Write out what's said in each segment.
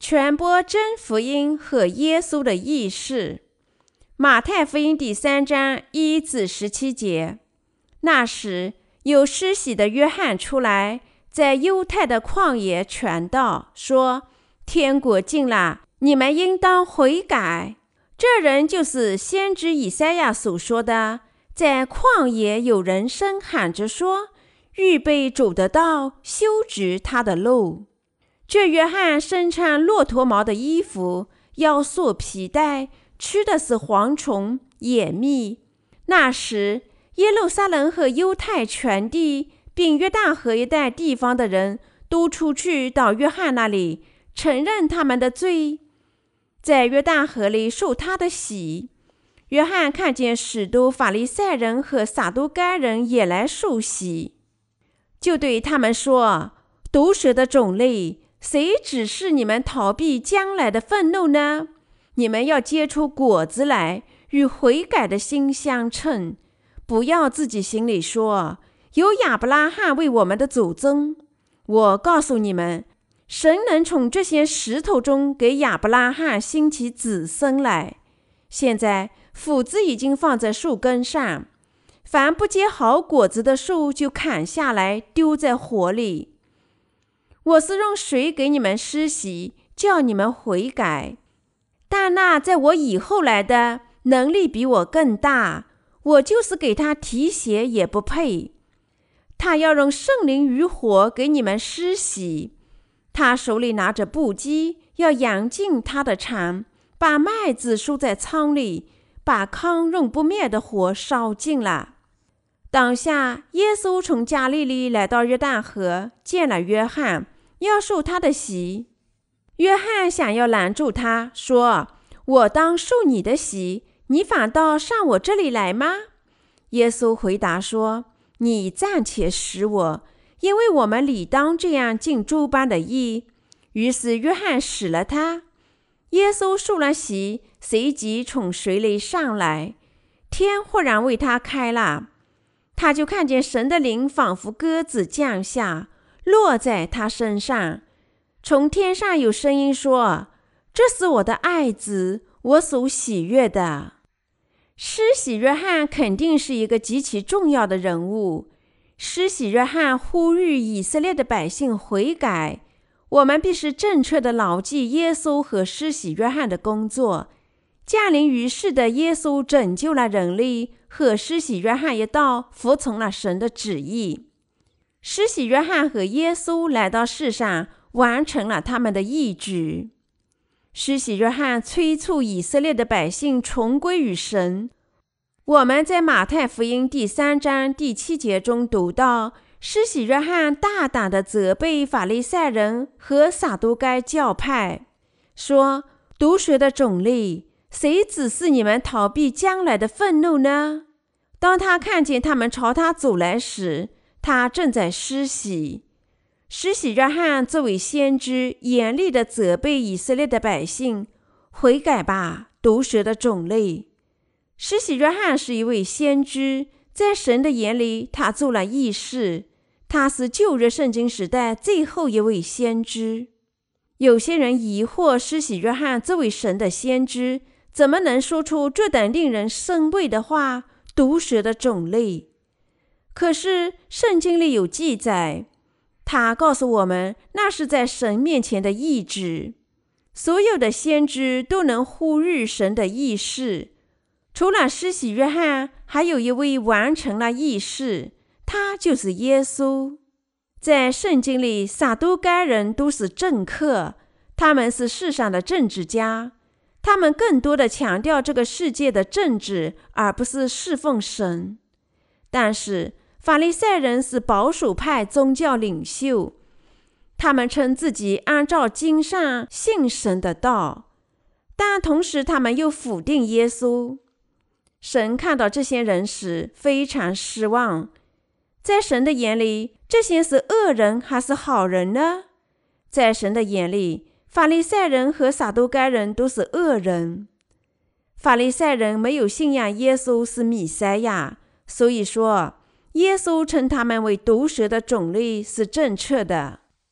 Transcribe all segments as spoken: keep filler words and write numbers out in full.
传播真福音和耶稣的意识。马太福音第三章一至十七节。那时，有施洗的约翰出来，在犹太的旷野传道，说：天国近了，你们应当悔改。这人就是先知以赛亚所说的，在旷野有人声喊着说：预备主的道，修直他的路。这约翰身穿骆驼毛的衣服，腰束皮带，吃的是蝗虫、野蜜。那时，耶路撒冷和犹太全地，并约旦河一带地方的人都出去到约翰那里，承认他们的罪，在约旦河里受他的洗。约翰看见许多法利赛人和撒都该人也来受洗，就对他们说：毒蛇的种类，谁指示你们逃避将来的愤怒呢？你们要结出果子来，与悔改的心相称。不要自己心里说：有亚伯拉罕为我们的祖宗。我告诉你们，神能从这些石头中给亚伯拉罕兴起子孙来。现在斧子已经放在树根上，凡不结好果子的树就砍下来丢在火里。我是用水给你们施洗，叫你们悔改。但那在我以后来的，能力比我更大，我就是给他提鞋也不配。他要用圣灵与火给你们施洗。他手里拿着布机，要扬尽他的场，把麦子收在仓里，把糠用不灭的火烧尽了。当下，耶稣从加利利来到约旦河，见了约翰，要受他的洗。约翰想要拦住他，说：我当受你的洗，你反倒上我这里来吗？耶稣回答说：你暂且使我，因为我们理当这样尽诸般的义。于是约翰使了他。耶稣受了洗，随即从水里上来，天忽然为他开了，他就看见神的灵仿佛鸽子降下，落在他身上。从天上有声音说：这是我的爱子，我所喜悦的。施洗约翰肯定是一个极其重要的人物。施洗约翰呼吁以色列的百姓悔改。我们必须正确的牢记耶稣和施洗约翰的工作。降临于世的耶稣拯救了人类，和施洗约翰一道服从了神的旨意。施洗约翰和耶稣来到世上，完成了他们的义举。施洗约翰催促以色列的百姓重归于神。我们在马太福音第三章第七节中读到，施洗约翰大胆地责备法利赛人和撒都该教派，说：毒蛇的种类，谁指示你们逃避将来的愤怒呢？当他看见他们朝他走来时，他正在施洗。施洗约翰作为先知，严厉地责备以色列的百姓：悔改吧，毒蛇的种类。施洗约翰是一位先知，在神的眼里，他做了义事。他是旧约圣经时代最后一位先知。有些人疑惑施洗约翰作为神的先知，怎么能说出这等令人生畏的话，毒蛇的种类？可是圣经里有记载，他告诉我们，那是在神面前的意志。所有的先知都能呼吁神的义事。除了施洗约翰，还有一位完成了义事，他就是耶稣。在圣经里，撒都该人都是政客，他们是世上的政治家，他们更多的强调这个世界的政治，而不是侍奉神。但是法利赛人是保守派宗教领袖，他们称自己按照经上信神的道，但同时他们又否定耶稣。神看到这些人时非常失望。在神的眼里，这些是恶人还是好人呢？在神的眼里，法利赛人和撒都该人都是恶人。法利赛人没有信仰耶稣是弥赛亚，所以说耶稣称他们为毒蛇的种类是正确的。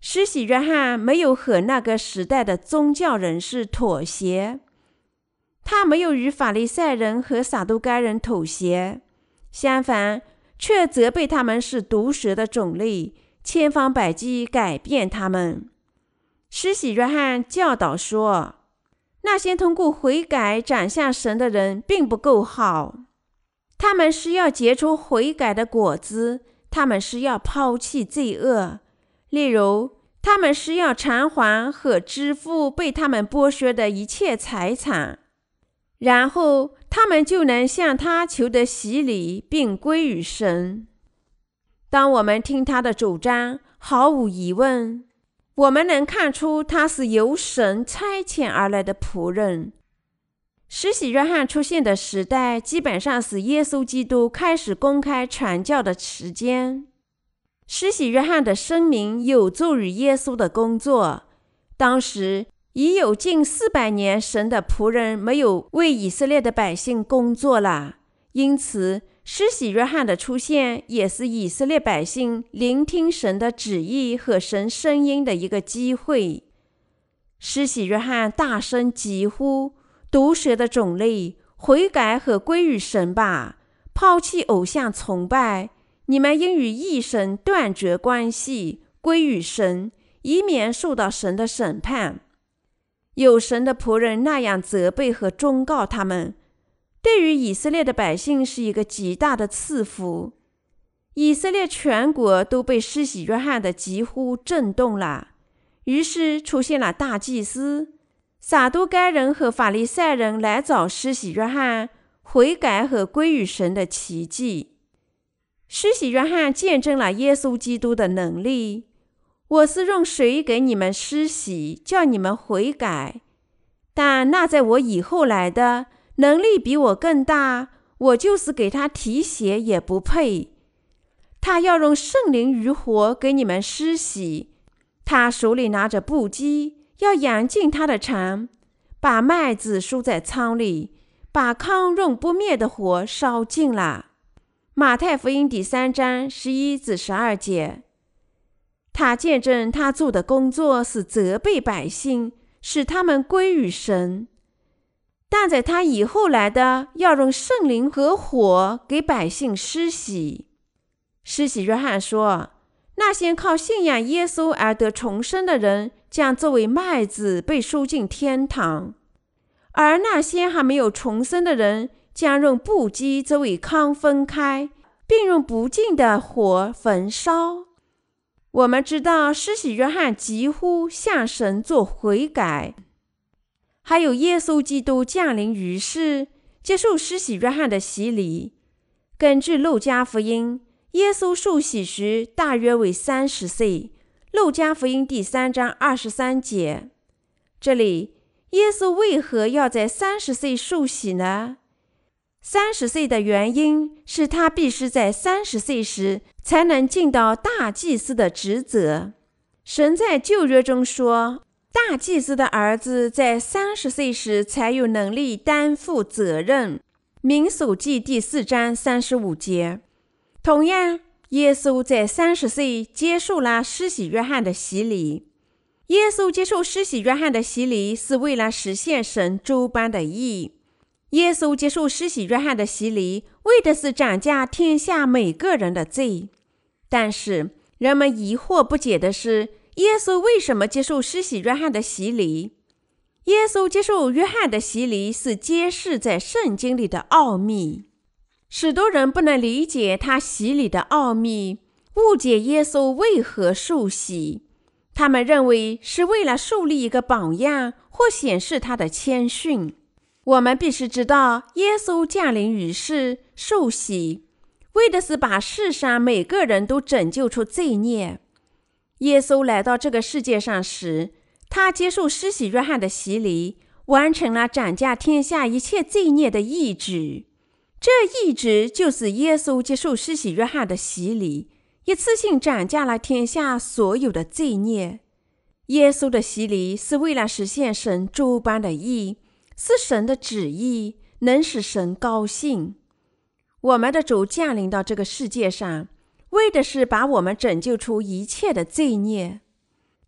施洗约翰没有和那个时代的宗教人士妥协，他没有与法利赛人和撒都该人妥协，相反，却责备他们是毒蛇的种类，千方百计改变他们。施洗约翰教导说，那些通过悔改转向神的人并不够好，他们是要结出悔改的果子，他们是要抛弃罪恶，例如他们是要偿还和支付被他们剥削的一切财产，然后他们就能向他求得洗礼并归于神。当我们听他的主张，毫无疑问，我们能看出他是由神差遣而来的仆人。施洗约翰出现的时代基本上是耶稣基督开始公开传教的时间。施洗约翰的声明有助于耶稣的工作。当时已有近四百年神的仆人没有为以色列的百姓工作了，因此施洗约翰的出现也是以色列百姓聆听神的旨意和神声音的一个机会。施洗约翰大声疾呼，毒蛇的种类，悔改和归于神吧，抛弃偶像崇拜，你们应与异神断绝关系，归于神，以免受到神的审判。有神的仆人那样责备和忠告他们，对于以色列的百姓是一个极大的赐福。以色列全国都被施洗约翰的疾呼震动了，于是出现了大祭司、撒都该人和法利赛人来找施洗约翰悔改和归于神的奇迹。施洗约翰见证了耶稣基督的能力，我是用水给你们施洗，叫你们悔改，但那在我以后来的能力比我更大，我就是给他提鞋也不配。他要用圣灵与火给你们施洗，他手里拿着布机，要扬净他的肠，把麦子收在仓里，把糠用不灭的火烧尽了。马太福音第三章十一至十二节。他见证他做的工作是责备百姓，使他们归于神，但在他以后来的要用圣灵和火给百姓施洗。施洗约翰说，那些靠信仰耶稣而得重生的人将作为麦子被收进天堂，而那些还没有重生的人将用布机作为糠分开，并用不尽的火焚烧。我们知道施洗约翰几乎向神做悔改，还有耶稣基督降临于世，接受施洗约翰的洗礼。根据路加福音，耶稣受洗时大约为三十岁，路加福音第三章二十三节。这里，耶稣为何要在三十岁受洗呢？三十岁的原因是他必须在三十岁时才能尽到大祭司的职责。神在旧约中说，大祭司的儿子在三十岁时才有能力担负责任。民数记第四章三十五节。同样，耶稣在三十岁接受了施洗约翰的洗礼。耶稣接受施洗约翰的洗礼是为了实现神诸般的义。耶稣接受施洗约翰的洗礼，为的是斩价天下每个人的罪。但是人们疑惑不解的是，耶稣为什么接受施洗约翰的洗礼？耶稣接受约翰的洗礼是揭示在圣经里的奥秘。许多人不能理解他洗礼的奥秘，误解耶稣为何受洗。他们认为是为了树立一个榜样，或显示他的谦逊。我们必须知道，耶稣降临于世，受洗，为的是把世上每个人都拯救出罪孽。耶稣来到这个世界上时，他接受施洗约翰的洗礼，完成了斩价天下一切罪孽的义旨。这义旨就是耶稣接受施洗约翰的洗礼，一次性斩价了天下所有的罪孽。耶稣的洗礼是为了实现神诸般的义，是神的旨意，能使神高兴。我们的主降临到这个世界上，为的是把我们拯救出一切的罪孽。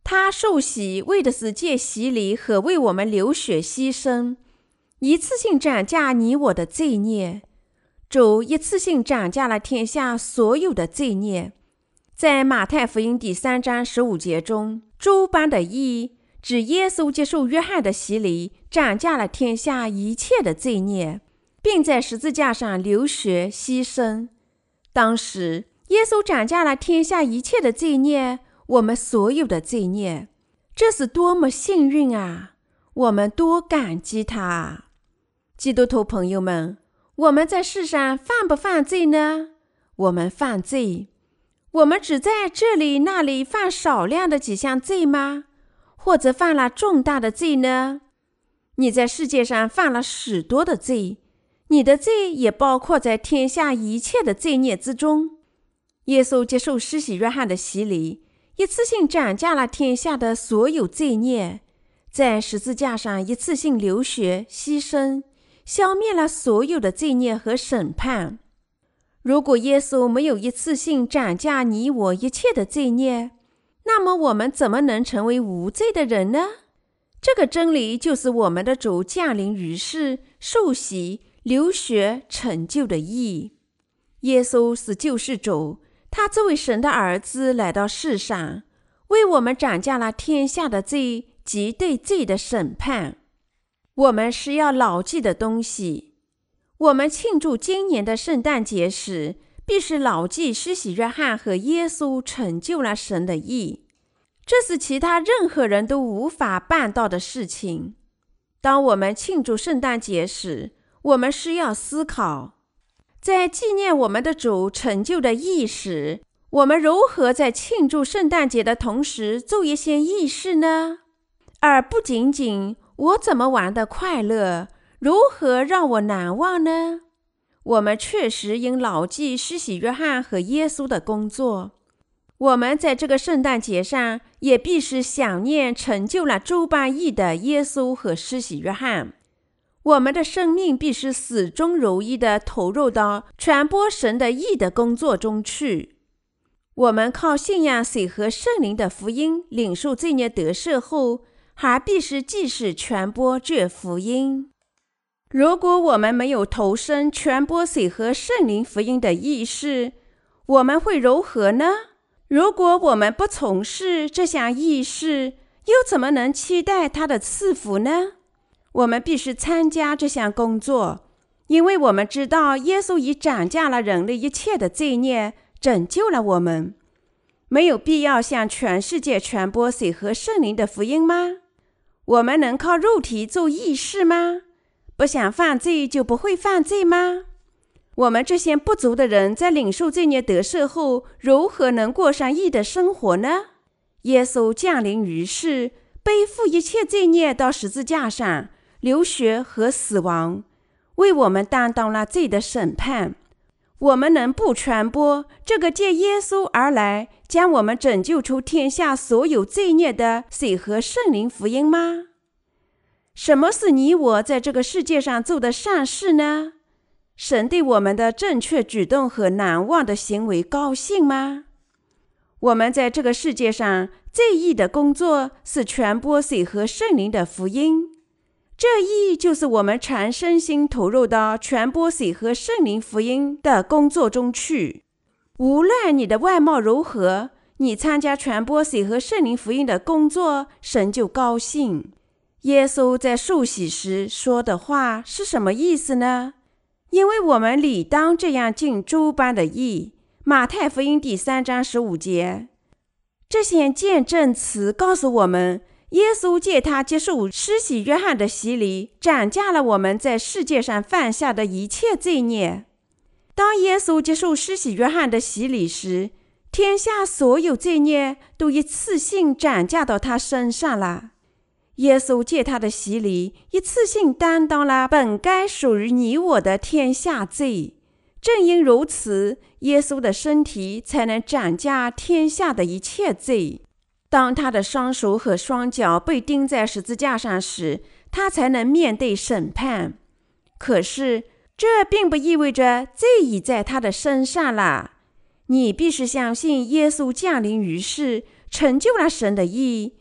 他受洗为的是借洗礼和为我们流血牺牲，一次性斩价你我的罪孽。主一次性斩价了天下所有的罪孽。在马太福音第三章十五节中，诸般的义指耶稣接受约翰的洗礼，斩价了天下一切的罪孽，并在十字架上流血牺牲。当时耶稣斩价了天下一切的罪孽，我们所有的罪孽。这是多么幸运啊！我们多感激他啊！基督徒朋友们，我们在世上犯不犯罪呢？我们犯罪。我们只在这里那里犯少量的几项罪吗？或者犯了重大的罪呢？你在世界上犯了许多的罪，你的罪也包括在天下一切的罪孽之中。耶稣接受施洗约翰的洗礼，一次性斩价了天下的所有罪孽，在十字架上一次性流血牺牲，消灭了所有的罪孽和审判。如果耶稣没有一次性斩价你我一切的罪孽，那么我们怎么能成为无罪的人呢？这个真理就是我们的主降临于世，受洗、流血成就的义。耶稣是救世主，他作为神的儿子来到世上，为我们斩价了天下的罪及对罪的审判。我们是要牢记的东西。我们庆祝今年的圣诞节时，必是牢记施洗约翰和耶稣成就了神的义，这是其他任何人都无法办到的事情。当我们庆祝圣诞节时，我们是要思考，在纪念我们的主成就的义时，我们如何在庆祝圣诞节的同时做一些义事呢？而不仅仅我怎么玩得快乐，如何让我难忘呢？我们确实应牢记施洗约翰和耶稣的工作。我们在这个圣诞节上也必是想念成就了诸般义的耶稣和施洗约翰。我们的生命必是始终如一地投入到传播神的义的工作中去。我们靠信仰水和圣灵的福音领受罪孽得赦后，还必是继续传播这福音。如果我们没有投身传播水和圣灵福音的义事，我们会如何呢？如果我们不从事这项义事，又怎么能期待他的赐福呢？我们必须参加这项工作，因为我们知道耶稣已斩价了人类一切的罪孽，拯救了我们。没有必要向全世界传播水和圣灵的福音吗？我们能靠肉体做义事吗？不想犯罪就不会犯罪吗？我们这些不足的人在领受罪孽得赦后，如何能过上义的生活呢？耶稣降临于世，背负一切罪孽到十字架上，流血和死亡，为我们担当了罪的审判。我们能不传播这个借耶稣而来，将我们拯救出天下所有罪孽的水和圣灵福音吗？什么是你我在这个世界上做的善事呢？神对我们的正确举动和难忘的行为高兴吗？我们在这个世界上最义的工作是传播水和圣灵的福音。这义就是我们全身心投入到传播水和圣灵福音的工作中去。无论你的外貌如何，你参加传播水和圣灵福音的工作，神就高兴。耶稣在受洗时说的话是什么意思呢？因为我们理当这样尽诸般的义。马太福音第三章十五节，这些见证词告诉我们，耶稣借他接受施洗约翰的洗礼，斩价了我们在世界上犯下的一切罪孽。当耶稣接受施洗约翰的洗礼时，天下所有罪孽都一次性斩价到他身上了。耶稣借他的洗礼，一次性担当了本该属于你我的天下罪。正因如此，耶稣的身体才能斩价天下的一切罪。当他的双手和双脚被钉在十字架上时，他才能面对审判。可是，这并不意味着罪已在他的身上了。你必须相信耶稣降临于世，成就了神的义，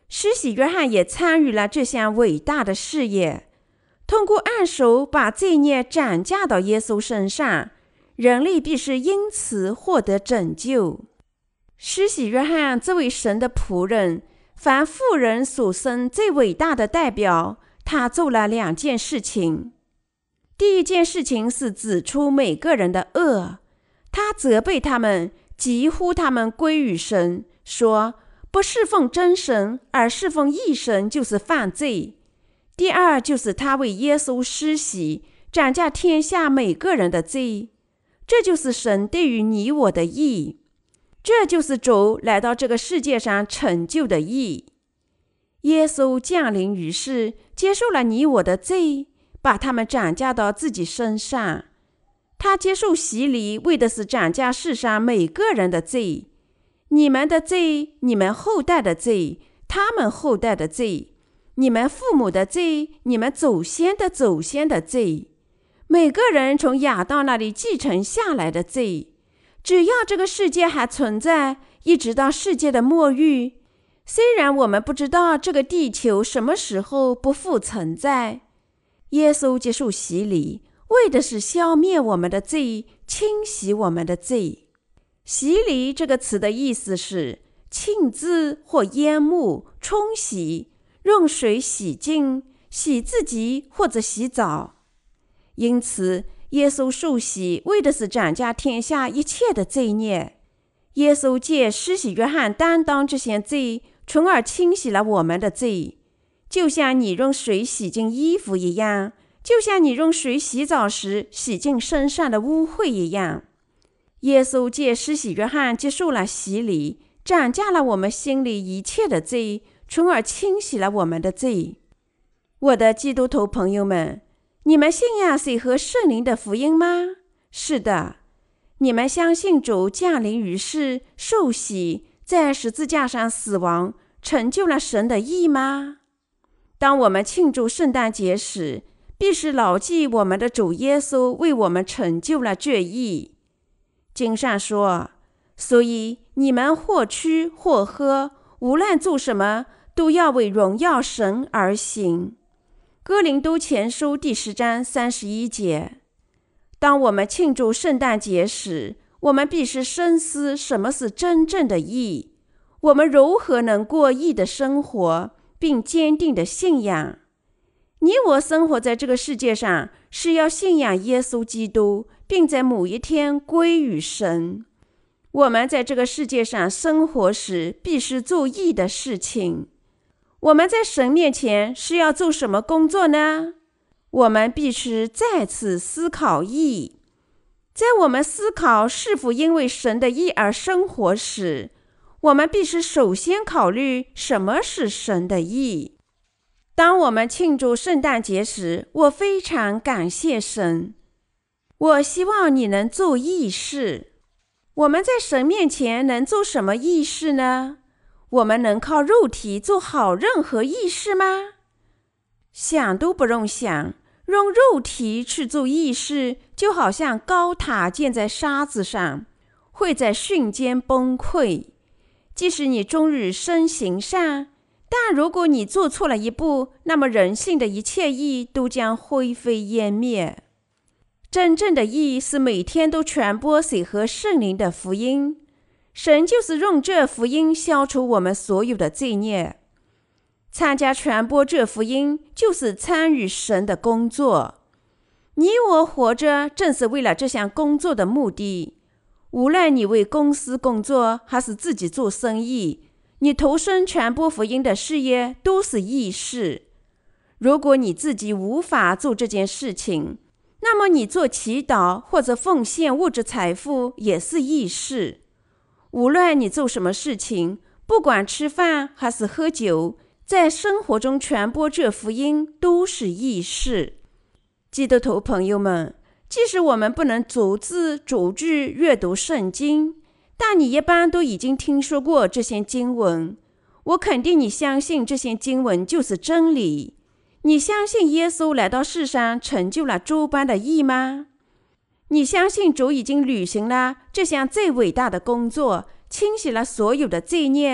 施洗约翰也参与了这项伟大的事业，通过按手把罪孽转嫁到耶稣身上，人类必是因此获得拯救。施洗约翰这位神的仆人，凡妇人所生最伟大的代表，他做了两件事情。第一件事情是指出每个人的恶，他责备他们，疾呼他们归于神，说不侍奉真神而侍奉异神就是犯罪。第二就是他为耶稣施洗，转嫁天下每个人的罪，这就是神对于你我的义，这就是主来到这个世界上成就的义。耶稣降临于世，接受了你我的罪，把他们转嫁到自己身上。他接受洗礼，为的是转嫁世上每个人的罪，你们的罪，你们后代的罪，他们后代的罪，你们父母的罪，你们祖先的祖先的罪，每个人从亚当那里继承下来的罪。只要这个世界还存在，一直到世界的末日，虽然我们不知道这个地球什么时候不复存在，耶稣接受洗礼，为的是消灭我们的罪，清洗我们的罪。洗礼这个词的意思是浸渍或淹没、冲洗，用水洗净，洗自己或者洗澡。因此耶稣受洗，为的是转嫁天下一切的罪孽。耶稣借施洗约翰担当这些罪，从而清洗了我们的罪，就像你用水洗净衣服一样，就像你用水洗澡时洗净身上的污秽一样。耶稣借施洗约翰接受了洗礼，转嫁了我们心里一切的罪，从而清洗了我们的罪。我的基督徒朋友们，你们信仰水和圣灵的福音吗？是的。你们相信主降临于世，受洗，在十字架上死亡，成就了神的义吗？当我们庆祝圣诞节时，必是牢记我们的主耶稣为我们成就了这义。经上说，所以你们或吃或喝，无论做什么，都要为荣耀神而行。哥林多前书第十章三十一节。当我们庆祝圣诞节时，我们必须深思什么是真正的义，我们如何能过义的生活，并坚定的信仰。你我生活在这个世界上，是要信仰耶稣基督，并在某一天归于神。我们在这个世界上生活时，必须做义的事情。我们在神面前是要做什么工作呢？我们必须再次思考义。在我们思考是否因为神的义而生活时，我们必须首先考虑什么是神的义。当我们庆祝圣诞节时，我非常感谢神。我希望你能做义事。我们在神面前能做什么义事呢？我们能靠肉体做好任何义事吗？想都不用想，用肉体去做义事，就好像高塔建在沙子上，会在瞬间崩溃。即使你终日身行善，但如果你做错了一步，那么人性的一切义都将灰飞烟灭。真正的义是每天都传播水和圣灵的福音，神就是用这福音消除我们所有的罪孽。参加传播这福音，就是参与神的工作。你我活着，正是为了这项工作的目的。无论你为公司工作，还是自己做生意，你投身传播福音的事业，都是义事。如果你自己无法做这件事情，那么你做祈祷或者奉献物质财富也是义事。无论你做什么事情，不管吃饭还是喝酒，在生活中传播这福音都是义事。基督徒朋友们，即使我们不能逐字逐句阅读圣经，但你一般都已经听说过这些经文。我肯定你相信这些经文就是真理。你相信耶稣来到世上成就了诸般的义吗？你相信主已经履行了这项最伟大的工作，清洗了所有的罪孽，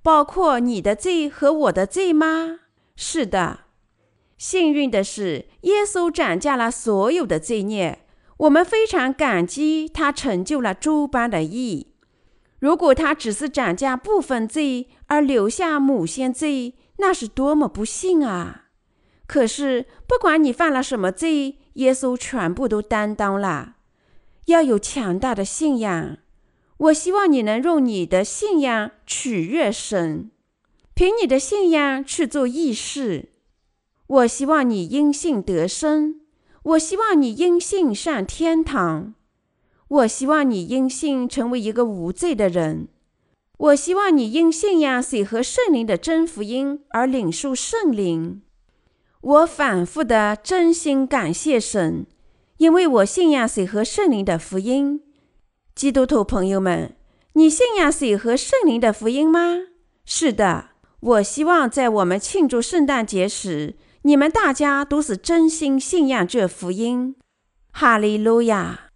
包括你的罪和我的罪吗？是的。幸运的是，耶稣斩价了所有的罪孽，我们非常感激他成就了诸般的义。如果他只是斩价部分罪而留下某些罪，那是多么不幸啊！可是不管你犯了什么罪，耶稣全部都担当了。要有强大的信仰，我希望你能用你的信仰取悦神，凭你的信仰去做义事。我希望你因信得生，我希望你因信上天堂，我希望你因信成为一个无罪的人，我希望你因信仰随和圣灵的真福音而领受圣灵。我反复的真心感谢神，因为我信仰随和圣灵的福音。基督徒朋友们，你信仰随和圣灵的福音吗？是的，我希望在我们庆祝圣诞节时，你们大家都是真心信仰这福音。哈利路亚。